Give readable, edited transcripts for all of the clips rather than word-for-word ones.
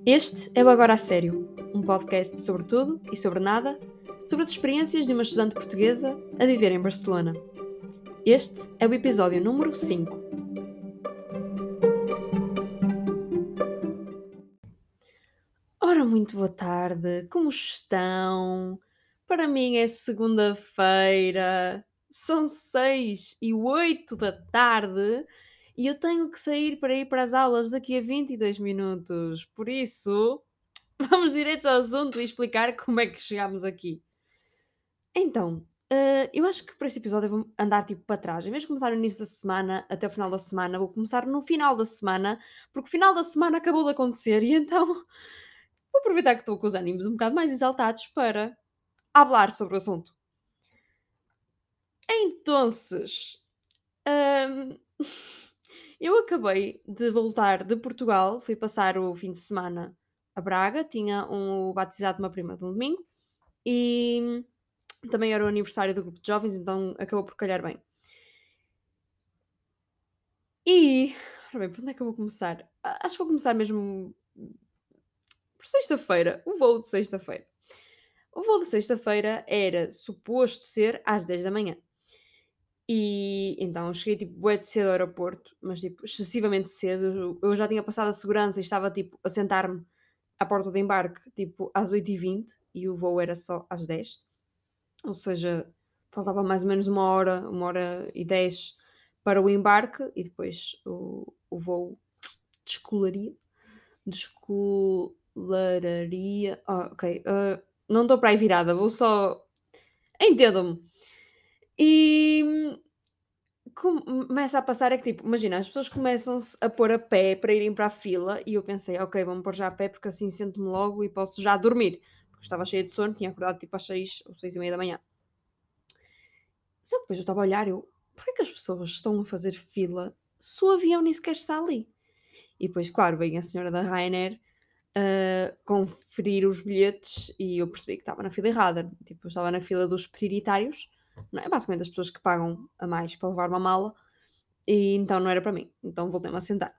Este é o Agora a Sério, um podcast sobre tudo e sobre nada, sobre as experiências de uma estudante portuguesa a viver em Barcelona. Este é o episódio número 5. Ora, muito boa tarde, como estão? Para mim é segunda-feira, são 6h08 da tarde e eu tenho que sair para ir para as aulas daqui a 22 minutos. Por isso, vamos direto ao assunto e explicar como é que chegámos aqui. Então, eu acho que para este episódio eu vou andar tipo para trás. Em vez de começar no início da semana até o final da semana, vou começar no final da semana, porque o final da semana acabou de acontecer e então vou aproveitar que estou com os ânimos um bocado mais exaltados para falar sobre o assunto. Entonces, hum, eu acabei de voltar de Portugal, fui passar o fim de semana a Braga, tinha um batizado de uma prima de um domingo e também era o aniversário do grupo de jovens, então acabou por calhar bem. E, ora bem, por onde é que eu vou começar? Acho que vou começar mesmo por sexta-feira, o voo de sexta-feira. O voo de sexta-feira era suposto ser às 10 da manhã. E então eu cheguei tipo bué de cedo ao aeroporto, mas tipo excessivamente cedo. Eu já tinha passado a segurança e estava tipo a sentar-me à porta do embarque tipo às 8h20 e o voo era só às 10. Ou seja, faltava mais ou menos 1h10 para o embarque e depois o voo descolaria. Descolararia. Ok. Não estou para aí virada, vou só. Entendam-me. E começa a passar é que tipo, imagina, as pessoas começam-se a pôr a pé para irem para a fila e eu pensei, ok, vamos pôr já a pé porque assim sento-me logo e posso já dormir. Porque estava cheia de sono, tinha acordado tipo às 6 ou 6h30 da manhã. Só que depois eu estava a olhar, porquê que as pessoas estão a fazer fila se o avião nem sequer está ali? E depois, claro, veio a senhora da Ryanair conferir os bilhetes e eu percebi que estava na fila errada. Tipo, eu estava na fila dos prioritários, não é? Basicamente as pessoas que pagam a mais para levar uma mala, e então não era para mim. Então voltei-me a sentar.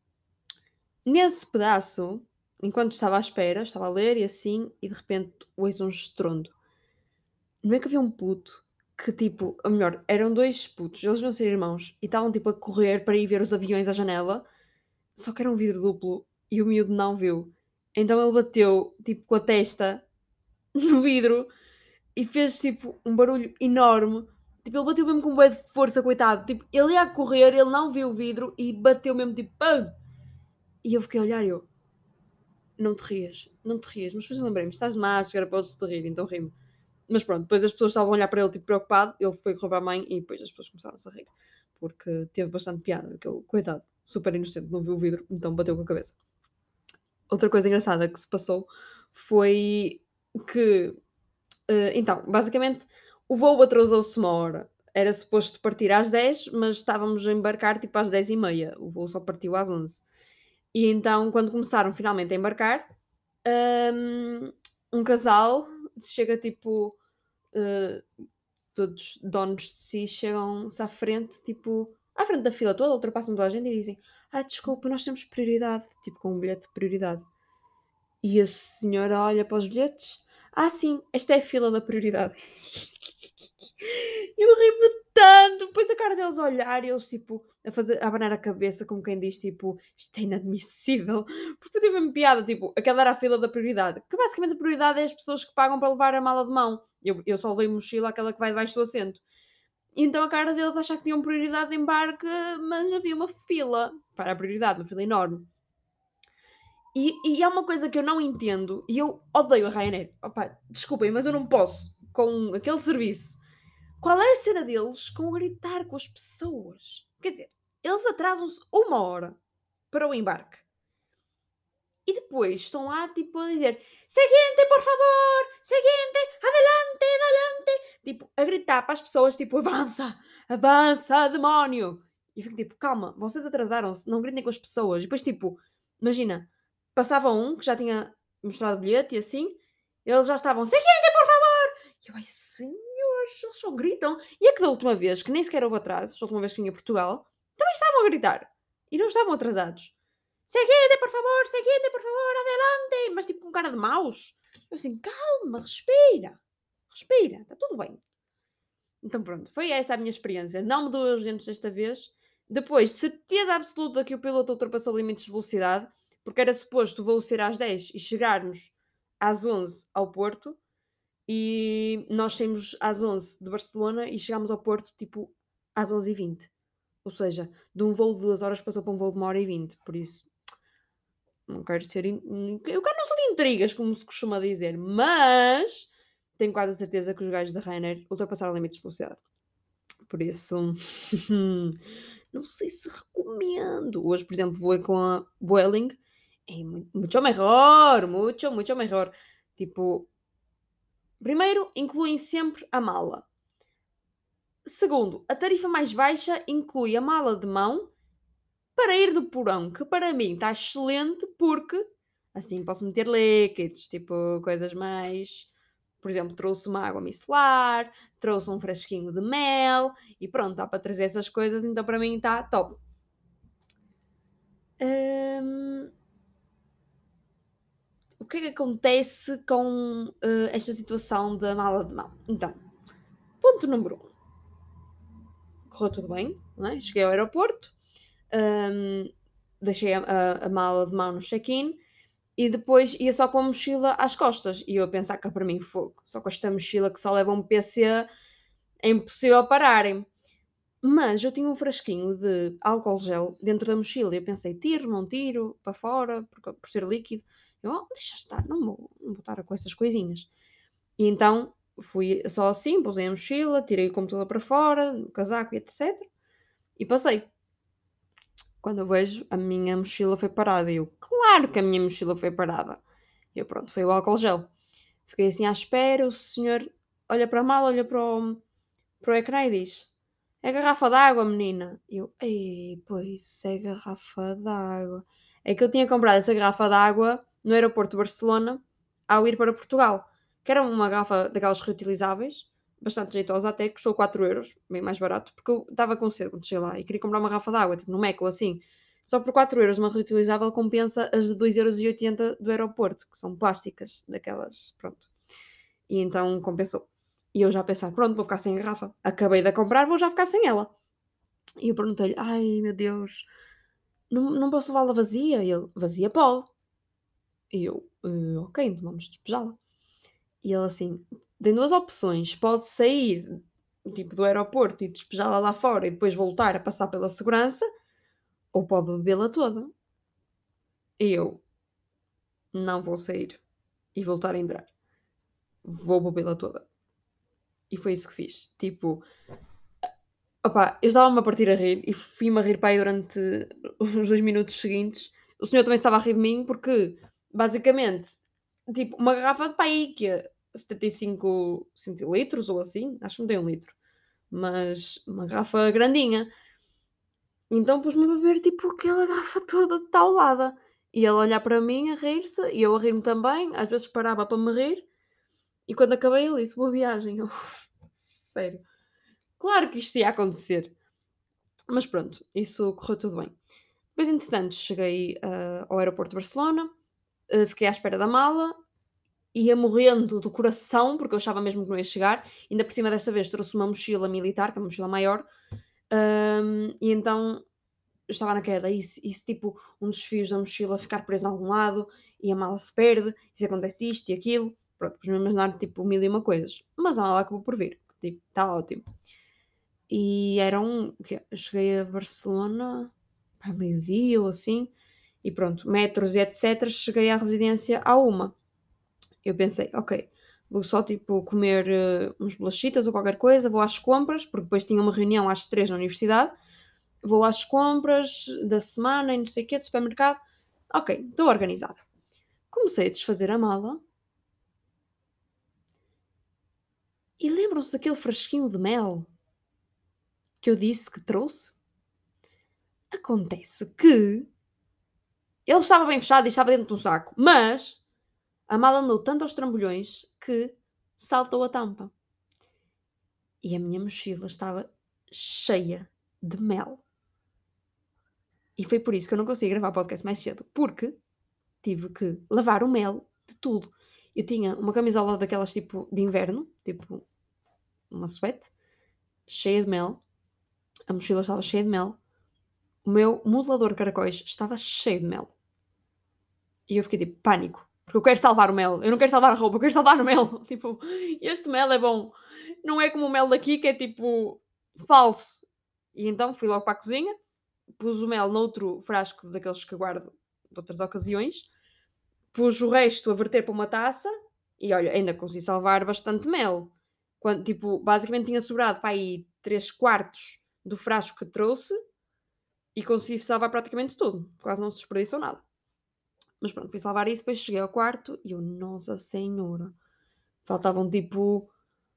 Nesse pedaço, enquanto estava à espera, estava a ler e assim, e de repente ouço um estrondo. Não é que havia um puto que, tipo, ou melhor, eram dois putos, eles vão ser irmãos, e estavam, tipo, a correr para ir ver os aviões à janela, só que era um vidro duplo, e o miúdo não viu. Então ele bateu, tipo, com a testa no vidro, e fez, tipo, um barulho enorme. Tipo, ele bateu mesmo com um bué de força, coitado. Tipo, ele ia a correr, ele não viu o vidro, e bateu mesmo, tipo, pam! E eu fiquei a olhar e eu, não te rias, não te rias. Mas depois lembrei-me, estás de máscara, podes-te rir, então rimo. Mas pronto, depois as pessoas estavam a olhar para ele tipo preocupado, ele foi correr para a mãe e depois as pessoas começaram-se a rir. Porque teve bastante piada, aquele coitado, super inocente, não viu o vidro, então bateu com a cabeça. Outra coisa engraçada que se passou foi que, então, basicamente, o voo atrasou-se uma hora. Era suposto partir às 10, mas estávamos a embarcar tipo às 10h30. O voo só partiu às 11. E então, quando começaram finalmente a embarcar, hum, um casal chega tipo. eh, Todos donos de si chegam-se à frente, tipo, à frente da fila toda, ultrapassam toda a gente e dizem: Ah, desculpa, nós temos prioridade, tipo, com um bilhete de prioridade. E a senhora olha para os bilhetes: Ah, sim, esta é a fila da prioridade. E eu ri-me tanto, depois a cara deles a olhar e eles, tipo, a abanar a cabeça, como quem diz, tipo, isto é inadmissível. Porque tive uma piada, tipo, aquela era a fila da prioridade. Que basicamente a prioridade é as pessoas que pagam para levar a mala de mão. Eu só levei mochila, aquela que vai debaixo do assento. E então a cara deles achar que tinham prioridade de embarque, mas havia uma fila para a prioridade, uma fila enorme. E é uma coisa que eu não entendo, e eu odeio a Ryanair. Opa, desculpem, mas eu não posso com aquele serviço. Qual é a cena deles com gritar com as pessoas? Quer dizer, eles atrasam-se uma hora para o embarque. E depois estão lá, tipo, a dizer seguinte, por favor, seguinte, adelante, adelante. Tipo, a gritar para as pessoas, tipo, avança, avança, demónio. E eu fico tipo, calma, vocês atrasaram-se, não gritem com as pessoas. E depois, tipo, imagina, passava um que já tinha mostrado o bilhete e assim, eles já estavam, seguinte, por favor. E eu, ai, senhores, eles só gritam. E é que da última vez, que nem sequer houve atrasos, a última vez que vinha a Portugal, também estavam a gritar. E não estavam atrasados. seguinte, por favor, adelante, mas tipo com cara de maus. Eu assim, calma, respira, respira, está tudo bem. Então pronto, foi essa a minha experiência. Não me doeu os dentes desta vez. Depois, certeza absoluta que o piloto ultrapassou limites de velocidade, porque era suposto o voo ser às 10 e chegarmos às 11 ao Porto, e nós saímos às 11 de Barcelona e chegámos ao Porto tipo às 11h20. Ou seja, de um voo de 2 horas passou para um voo de 1h20. Por isso, não quero ser. Eu não sou de intrigas, como se costuma dizer, mas tenho quase a certeza que os gajos da Ryanair ultrapassaram limites de velocidade. Por isso, não sei se recomendo. Hoje, por exemplo, voei com a Vueling. É muito melhor, muito melhor. Tipo, primeiro, incluem sempre a mala. Segundo, a tarifa mais baixa inclui a mala de mão para ir do porão, que para mim está excelente porque assim posso meter líquidos, tipo coisas mais. Por exemplo, trouxe uma água micelar, trouxe um frasquinho de mel e pronto, dá para trazer essas coisas, então para mim está top. O que é que acontece com esta situação da mala de mão? Então, ponto número 1. Correu tudo bem, não é? Cheguei ao aeroporto, deixei a mala de mão no check-in e depois ia só com a mochila às costas. E eu a pensar que para mim fogo. Só com esta mochila que só leva um PC é impossível pararem. Mas eu tinha um frasquinho de álcool gel dentro da mochila e eu pensei, tiro, não tiro, para fora, por ser líquido. Eu, deixa estar, não vou estar com essas coisinhas. E então fui só assim, pusei a mochila, tirei o computador para fora, o casaco e etc. E passei. Quando eu vejo, a minha mochila foi parada. E eu, claro que a minha mochila foi parada. E eu, pronto, foi o álcool gel. Fiquei assim à espera, o senhor olha para a mala, olha para o ecrã e diz: É garrafa d'água, menina. E eu, ei, pois é garrafa d'água. É que eu tinha comprado essa garrafa d'água no aeroporto de Barcelona ao ir para Portugal. Que era uma garrafa daquelas reutilizáveis, bastante jeitosa até, que custou 4€, bem mais barato, porque eu estava com sede quando cheguei lá e queria comprar uma garrafa d'água, tipo no Meco ou assim. Só por 4€ uma reutilizável compensa as de 2,80€ do aeroporto, que são plásticas, daquelas, pronto. E então compensou. E eu já pensava, pronto, vou ficar sem garrafa. Acabei de a comprar, vou já ficar sem ela. E eu perguntei-lhe, ai meu Deus, não posso levá-la vazia? E ele, vazia pode. E eu, ok, então vamos despejá-la. E ele assim, tem duas opções, pode sair tipo do aeroporto e despejá-la lá fora e depois voltar a passar pela segurança, ou pode bebê-la toda. E eu, não vou sair e voltar a entrar. Vou bebê-la toda. E foi isso que fiz. Tipo, opá, eu estava-me a partir a rir e fui-me a rir para aí durante os 2 minutos seguintes. O senhor também estava a rir de mim porque, basicamente, tipo, uma garrafa de pá aí que é 75 centilitros ou assim, acho que não tem 1 litro, mas uma garrafa grandinha. Então pus-me a beber tipo aquela garrafa toda taulada. E ele a olhar para mim a rir-se e eu a rir-me também. Às vezes parava para me rir e quando acabei ele disse boa viagem. Eu, sério. Claro que isto ia acontecer. Mas pronto, isso correu tudo bem. Depois, entretanto, cheguei ao aeroporto de Barcelona, fiquei à espera da mala, ia morrendo do coração, porque eu achava mesmo que não ia chegar. Ainda por cima desta vez trouxe uma mochila militar, que é uma mochila maior, e então eu estava naquela, e se tipo um dos fios da mochila ficar preso em algum lado e a mala se perde, e se acontece isto e aquilo, pronto, depois me imaginar tipo mil e uma coisas. Mas a mala acabou por vir, tipo, está ótimo. E eram, eu cheguei a Barcelona ao meio-dia ou assim, e pronto, metros e etc. Cheguei à residência à 1. Eu pensei, ok, vou só tipo comer uns bolachitas ou qualquer coisa, vou às compras, porque depois tinha uma reunião às 3 na universidade, vou às compras da semana e não sei o quê, do supermercado. Ok, estou organizada. Comecei a desfazer a mala e lembram-se daquele frasquinho de mel que eu disse que trouxe? Acontece que ele estava bem fechado e estava dentro de um saco, mas a mala andou tanto aos trambolhões que saltou a tampa. E a minha mochila estava cheia de mel. E foi por isso que eu não consegui gravar podcast mais cedo, porque tive que lavar o mel de tudo. Eu tinha uma camisola daquelas tipo de inverno, tipo uma suéte, cheia de mel, a mochila estava cheia de mel, o meu modelador de caracóis estava cheio de mel. E eu fiquei tipo, pânico, porque eu quero salvar o mel, eu não quero salvar a roupa, eu quero salvar o mel. Tipo, este mel é bom, não é como o mel daqui que é tipo falso. E então fui logo para a cozinha, pus o mel noutro frasco daqueles que guardo de outras ocasiões, pus o resto a verter para uma taça e olha, ainda consegui salvar bastante mel. Quando, tipo, basicamente tinha sobrado para aí 3 quartos do frasco que trouxe e consegui salvar praticamente tudo. Quase não se desperdiçou nada. Mas pronto, fui salvar isso, depois cheguei ao quarto e eu, nossa senhora, faltavam tipo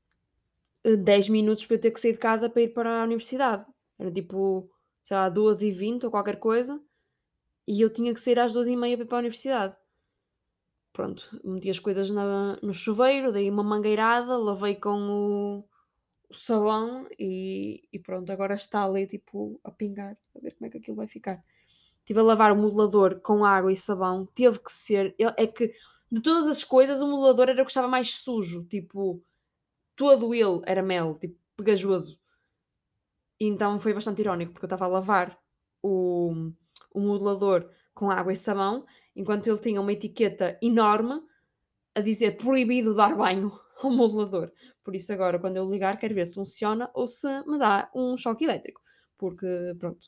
10 minutos para eu ter que sair de casa para ir para a universidade. Era tipo, sei lá, 2h20 ou qualquer coisa, e eu tinha que sair às 2h30 para ir para a universidade. Pronto, meti as coisas no chuveiro, dei uma mangueirada, lavei com o sabão e pronto, agora está ali tipo a pingar, a ver como é que aquilo vai ficar. Estive a lavar o modelador com água e sabão, teve que ser. É que de todas as coisas, o modelador era o que estava mais sujo, tipo, todo ele era mel, tipo, pegajoso. E então foi bastante irónico, porque eu estava a lavar o, o modelador com água e sabão, enquanto ele tinha uma etiqueta enorme a dizer proibido dar banho ao modelador. Por isso, agora, quando eu ligar, quero ver se funciona ou se me dá um choque elétrico. Porque, pronto,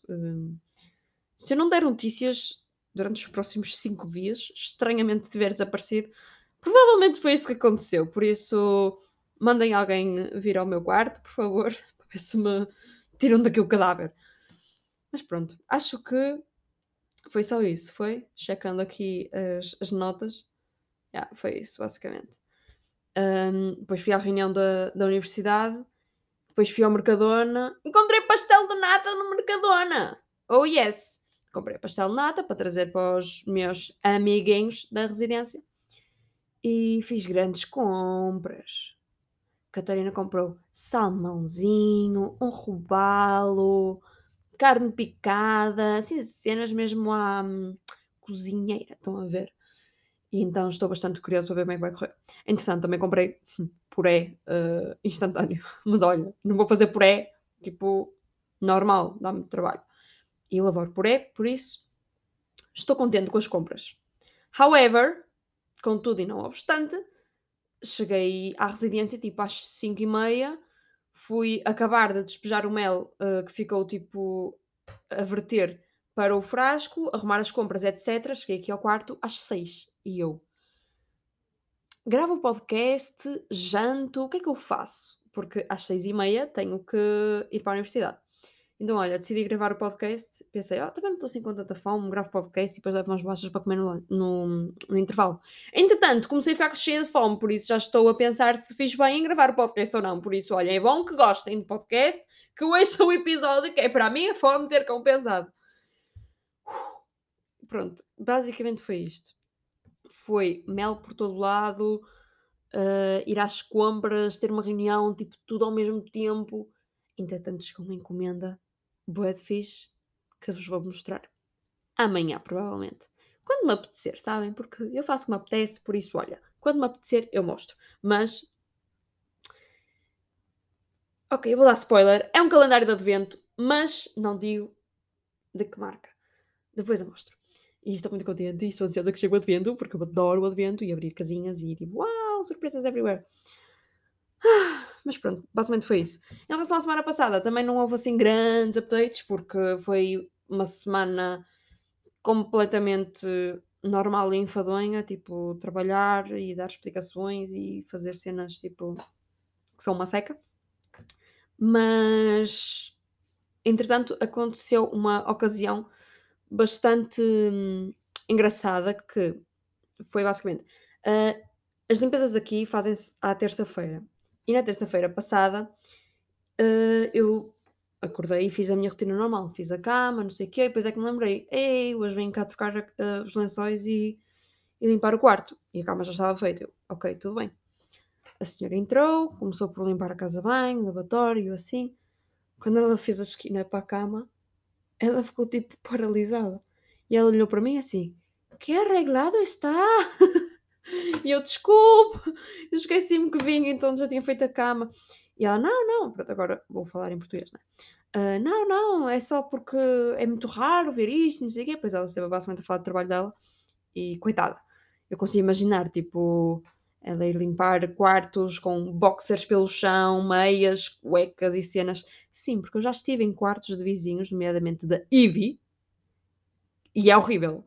se eu não der notícias durante os próximos 5 dias, estranhamente tiver desaparecido, provavelmente foi isso que aconteceu. Por isso, mandem alguém vir ao meu quarto, por favor, para ver se me tiram daqui o cadáver. Mas pronto, acho que foi só isso, foi? Checando aqui as notas. Yeah, foi isso, basicamente. Depois fui à reunião da universidade, depois fui ao Mercadona, encontrei pastel de nata no Mercadona! Oh yes! Comprei pastel de nata para trazer para os meus amiguinhos da residência e fiz grandes compras. Catarina comprou salmãozinho, um robalo, carne picada, assim, cenas mesmo à cozinheira, estão a ver? E então estou bastante curiosa para ver como é que vai correr. Entretanto, também comprei puré instantâneo. Mas olha, não vou fazer puré, tipo, normal, dá-me trabalho. E eu adoro puré, por isso estou contente com as compras. However, contudo e não obstante, cheguei à residência tipo às 5h30, fui acabar de despejar o mel que ficou tipo a verter para o frasco, arrumar as compras, etc. Cheguei aqui ao quarto às 6 e eu gravo o podcast, janto, o que é que eu faço? Porque às 6h30 tenho que ir para a universidade. Então, olha, decidi gravar o podcast, pensei, também não estou assim com tanta fome, gravo podcast e depois levo umas bolachas para comer no intervalo. Entretanto, comecei a ficar cheia de fome, por isso já estou a pensar se fiz bem em gravar o podcast ou não. Por isso, olha, é bom que gostem do podcast, que ouçam o episódio, que é para a minha fome ter compensado. Pronto, basicamente foi isto. Foi mel por todo lado, ir às compras, ter uma reunião, tipo, tudo ao mesmo tempo. Entretanto, chegou uma encomenda bué de fixe, que vos vou mostrar amanhã, provavelmente. Quando me apetecer, sabem? Porque eu faço o que me apetece, por isso, olha, quando me apetecer, eu mostro. Mas, ok, eu vou dar spoiler. É um calendário de advento, mas não digo de que marca. Depois eu mostro. E estou muito contente e estou ansiosa que chegue o advento, porque eu adoro o advento e abrir casinhas e tipo, uau, surpresas everywhere. Mas pronto, basicamente foi isso. Em relação à semana passada, também não houve assim grandes updates, porque foi uma semana completamente normal e enfadonha, tipo, trabalhar e dar explicações e fazer cenas, tipo, que são uma seca. Mas, entretanto, aconteceu uma ocasião bastante engraçada, que foi basicamente, ah, as limpezas aqui fazem-se à terça-feira. E na terça-feira passada, eu acordei e fiz a minha rotina normal, fiz a cama, não sei o quê, e depois é que me lembrei: "Ei, hoje venho cá trocar os lençóis e limpar o quarto", e a cama já estava feita. Eu: "Ok, tudo bem". A senhora entrou, começou por limpar a casa de banho, o lavatório, assim. Quando ela fez a esquina para a cama, Ela ficou tipo paralisada. E ela olhou para mim assim: Que arreglado está! E eu, desculpe, eu esqueci-me que vinha, então já tinha feito a cama. E ela, não, não, pronto, agora vou falar em português, né? Não, não, é só porque é muito raro ver isto, não sei o quê. Depois ela esteve basicamente a falar do trabalho dela e, coitada, eu consigo imaginar, tipo, ela ir limpar quartos com boxers pelo chão, meias, cuecas e cenas. Sim, porque eu já estive em quartos de vizinhos, nomeadamente da Ivy, e é horrível.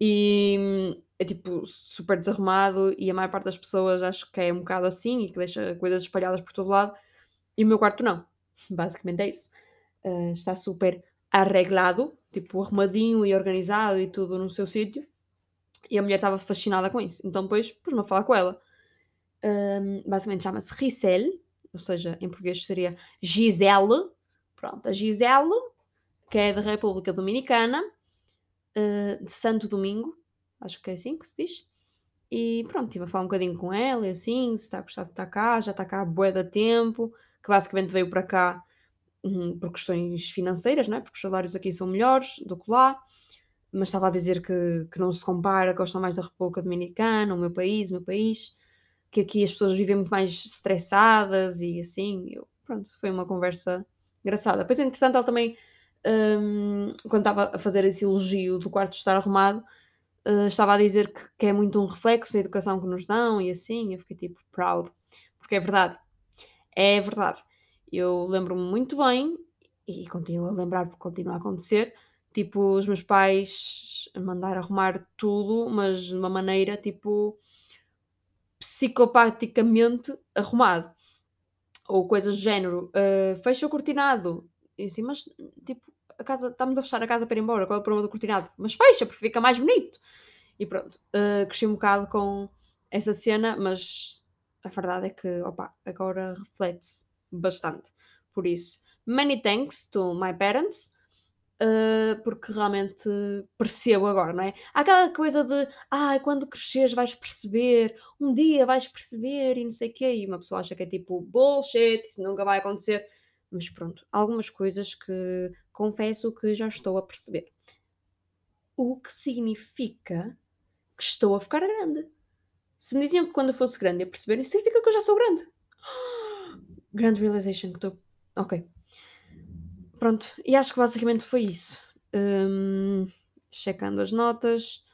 E é tipo super desarrumado e a maior parte das pessoas acho que é um bocado assim e que deixa coisas espalhadas por todo lado. E o meu quarto não. Basicamente é isso. Está super arreglado, tipo arrumadinho e organizado e tudo no seu sítio. E a mulher estava fascinada com isso. Então depois pus-me a falar com ela. Basicamente chama-se Ricel, ou seja, em português seria Gisele. Pronto, a Gisele, que é da República Dominicana, de Santo Domingo, acho que é assim que se diz. E pronto, estive a falar um bocadinho com ela e assim, se está a gostar de estar cá, já está cá há bué de tempo, que basicamente veio para cá por questões financeiras, não é? Porque os salários aqui são melhores do que lá, mas estava a dizer que não se compara, gosta mais da República Dominicana, o meu país, que aqui as pessoas vivem muito mais estressadas e assim. Pronto, foi uma conversa engraçada. Depois, entretanto, ela também, quando estava a fazer esse elogio do quarto estar arrumado, estava a dizer que é muito um reflexo da educação que nos dão e assim. Eu fiquei tipo, proud, porque é verdade, é verdade. Eu lembro-me muito bem, e continuo a lembrar porque continua a acontecer, tipo, os meus pais a mandar arrumar tudo, mas de uma maneira tipo psicopaticamente arrumado. Ou coisas do género, fecha o cortinado. E assim, mas tipo, a casa, estamos a fechar a casa para ir embora, qual é o problema do cortinado? Mas fecha, porque fica mais bonito. E pronto, cresci um bocado com essa cena, mas a verdade é que, opa, agora reflete-se bastante. Por isso, many thanks to my parents, porque realmente percebo agora, não é? Há aquela coisa de, quando cresceres vais perceber, um dia vais perceber e não sei o quê, e uma pessoa acha que é tipo bullshit, isso nunca vai acontecer. Mas pronto, há algumas coisas que confesso que já estou a perceber. O que significa que estou a ficar grande. Se me diziam que quando eu fosse grande ia perceber, isso significa que eu já sou grande. Grand realization que estou. Ok. Pronto. E acho que basicamente foi isso. Checando as notas.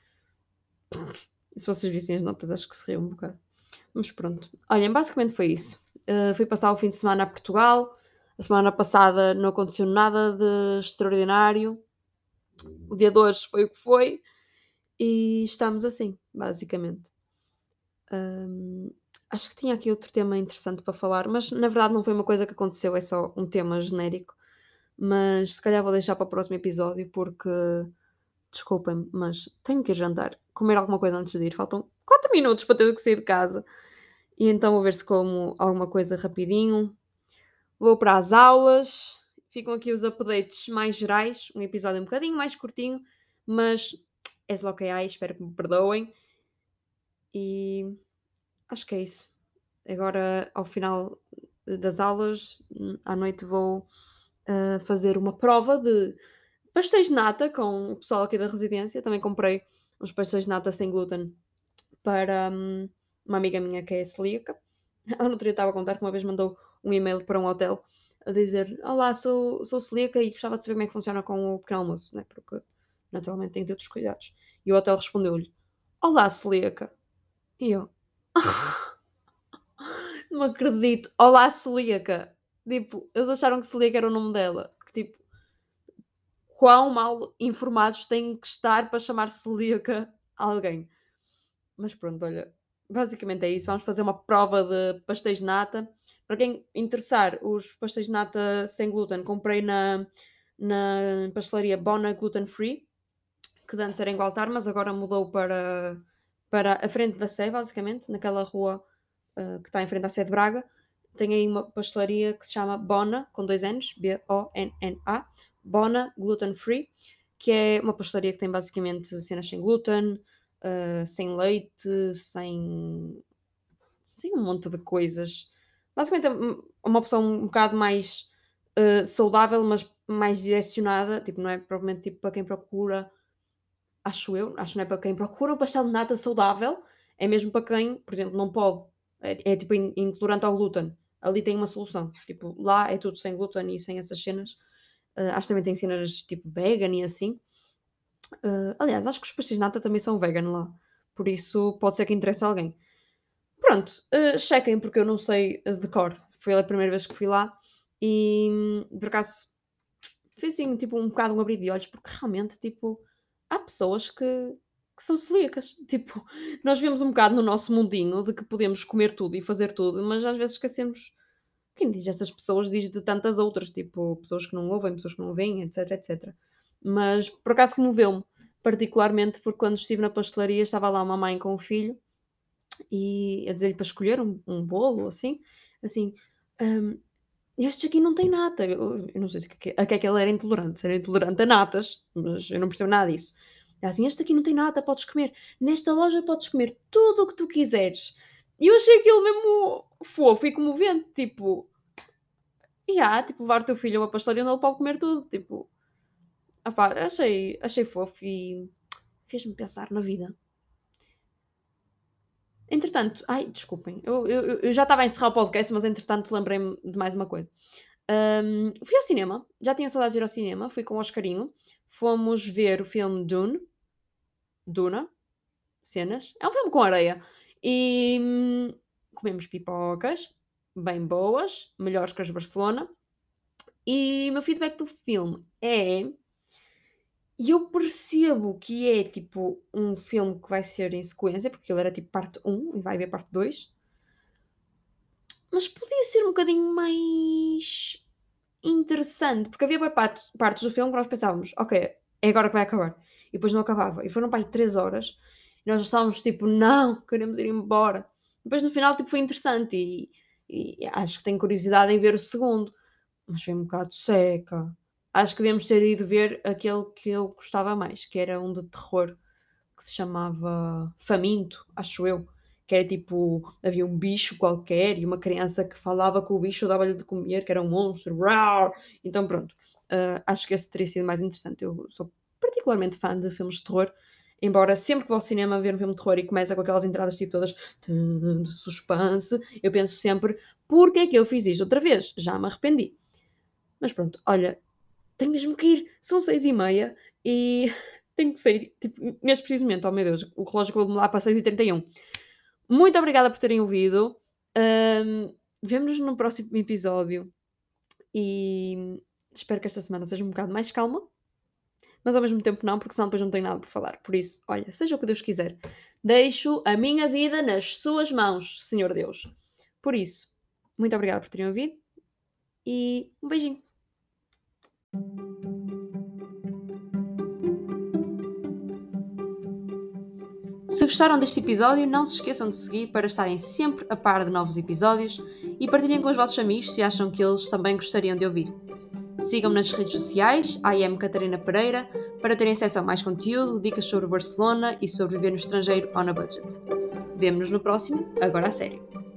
Se vocês vissem as notas, acho que se riam um bocado. Mas pronto. Olhem, basicamente foi isso. Fui passar o fim de semana a Portugal. A semana passada não aconteceu nada de extraordinário. O dia de hoje foi o que foi. E estamos assim, basicamente. Hum, Acho que tinha aqui outro tema interessante para falar, mas na verdade não foi uma coisa que aconteceu, é só um tema genérico. Mas se calhar vou deixar para o próximo episódio porque, desculpem-me, mas tenho que ir jantar, comer alguma coisa antes de ir. Faltam 4 minutos para ter que sair de casa. E então vou ver se como alguma coisa rapidinho. Vou para as aulas. Ficam aqui os updates mais gerais. Um episódio um bocadinho mais curtinho, mas é lo que há, espero que me perdoem. E acho que é isso. Agora, ao final das aulas, à noite vou fazer uma prova de pastéis de nata com o pessoal aqui da residência. Também comprei uns pastéis de nata sem glúten para uma amiga minha que é celíaca. Ela no outro dia estava a contar que uma vez mandou um e-mail para um hotel a dizer: Olá, sou celíaca e gostava de saber como é que funciona com o pequeno almoço, né? Porque naturalmente tem que ter outros cuidados. E o hotel respondeu-lhe: Olá, celíaca. E eu. Não acredito. Olá, celíaca. Tipo, eles acharam que celíaca era o nome dela. Que tipo, quão mal informados têm que estar para chamar celíaca a alguém. Mas pronto, olha, basicamente é isso. Vamos fazer uma prova de pastéis de nata. Para quem interessar, os pastéis de nata sem glúten comprei na pastelaria Bona Gluten Free, que antes era em Gualtar, mas agora mudou para a frente da Sé, basicamente, naquela rua que está em frente à Sé de Braga. Tem aí uma pastelaria que se chama Bona, com dois N's, Bonna, Bona Gluten Free, que é uma pastelaria que tem basicamente cenas sem glúten, sem leite, sem um monte de coisas. Basicamente é uma opção um bocado mais saudável, mas mais direcionada, tipo, não é propriamente tipo para quem procura, acho eu, acho que não é para quem procura um pastel de nata saudável, é mesmo para quem, por exemplo, não pode, é tipo intolerante ao glúten. Ali tem uma solução. Tipo, lá é tudo sem glúten e sem essas cenas. Acho que também tem cenas tipo vegan e assim. Aliás, acho que os pastéis de nata também são vegan lá. Por isso pode ser que interesse a alguém. Pronto, chequem porque eu não sei de cor. Foi a primeira vez que fui lá e por acaso foi assim, tipo, um bocado um abrir de olhos, porque realmente, tipo, há pessoas que são celíacas. Tipo, nós vemos um bocado no nosso mundinho de que podemos comer tudo e fazer tudo, mas às vezes esquecemos. Quem diz essas pessoas diz de tantas outras, tipo, pessoas que não ouvem, pessoas que não veem, etc, etc. Mas por acaso comoveu-me, particularmente porque quando estive na pastelaria estava lá uma mãe com o filho e a dizer-lhe para escolher um bolo, assim, hum, estes aqui não têm nata. Eu não sei a que é que ele era intolerante, se era intolerante a natas, mas eu não percebo nada disso. Ela assim: "Este aqui não tem nata, podes comer. Nesta loja podes comer tudo o que tu quiseres". E eu achei aquilo mesmo fofo e comovente, tipo, tipo, levar o teu filho a uma pastelaria onde ele pode comer tudo, tipo, opá, achei fofo e fez-me pensar na vida. Entretanto, ai, desculpem, eu já estava a encerrar o podcast, mas entretanto lembrei-me de mais uma coisa. Fui ao cinema, já tinha saudades de ir ao cinema, fui com o Oscarinho, fomos ver o filme Duna, cenas, é um filme com areia, e comemos pipocas, bem boas, melhores que as de Barcelona, e o meu feedback do filme é, e eu percebo que é tipo um filme que vai ser em sequência, porque ele era tipo parte um e vai haver parte 2, mas podia ser um bocadinho mais interessante, porque havia bué partes do filme que nós pensávamos: "Ok, é agora que vai acabar", e depois não acabava. E foram para aí 3 horas, e nós já estávamos tipo: "Não, queremos ir embora". Depois no final, tipo, foi interessante e acho que tenho curiosidade em ver o segundo, mas foi um bocado seca. Acho que devíamos ter ido ver aquele que eu gostava mais, que era um de terror, que se chamava Faminto, acho eu, que era tipo, havia um bicho qualquer e uma criança que falava com o bicho, dava-lhe de comer, que era um monstro, rar. Então pronto, acho que esse teria sido mais interessante. Eu sou particularmente fã de filmes de terror, embora sempre que vou ao cinema ver um filme de terror e começa com aquelas entradas tipo todas de suspense, eu penso sempre: "Porque é que eu fiz isto outra vez? Já me arrependi". Mas pronto, olha, tenho mesmo que ir, são 6h30 e tenho que sair, tipo, neste preciso momento, oh meu Deus, o relógio acabou de mudar para 6h31. Muito obrigada por terem ouvido, vemo-nos no próximo episódio e espero que esta semana seja um bocado mais calma, mas ao mesmo tempo não, porque senão depois não tenho nada por falar. Por isso, olha, seja o que Deus quiser, deixo a minha vida nas suas mãos, Senhor Deus. Por isso, muito obrigada por terem ouvido e um beijinho. Se gostaram deste episódio, não se esqueçam de seguir para estarem sempre a par de novos episódios e partilhem com os vossos amigos se acham que eles também gostariam de ouvir. Sigam-me nas redes sociais, I am Catarina Pereira, para terem acesso a mais conteúdo, dicas sobre Barcelona e sobre viver no estrangeiro on a budget. Vemo-nos no próximo, agora a sério.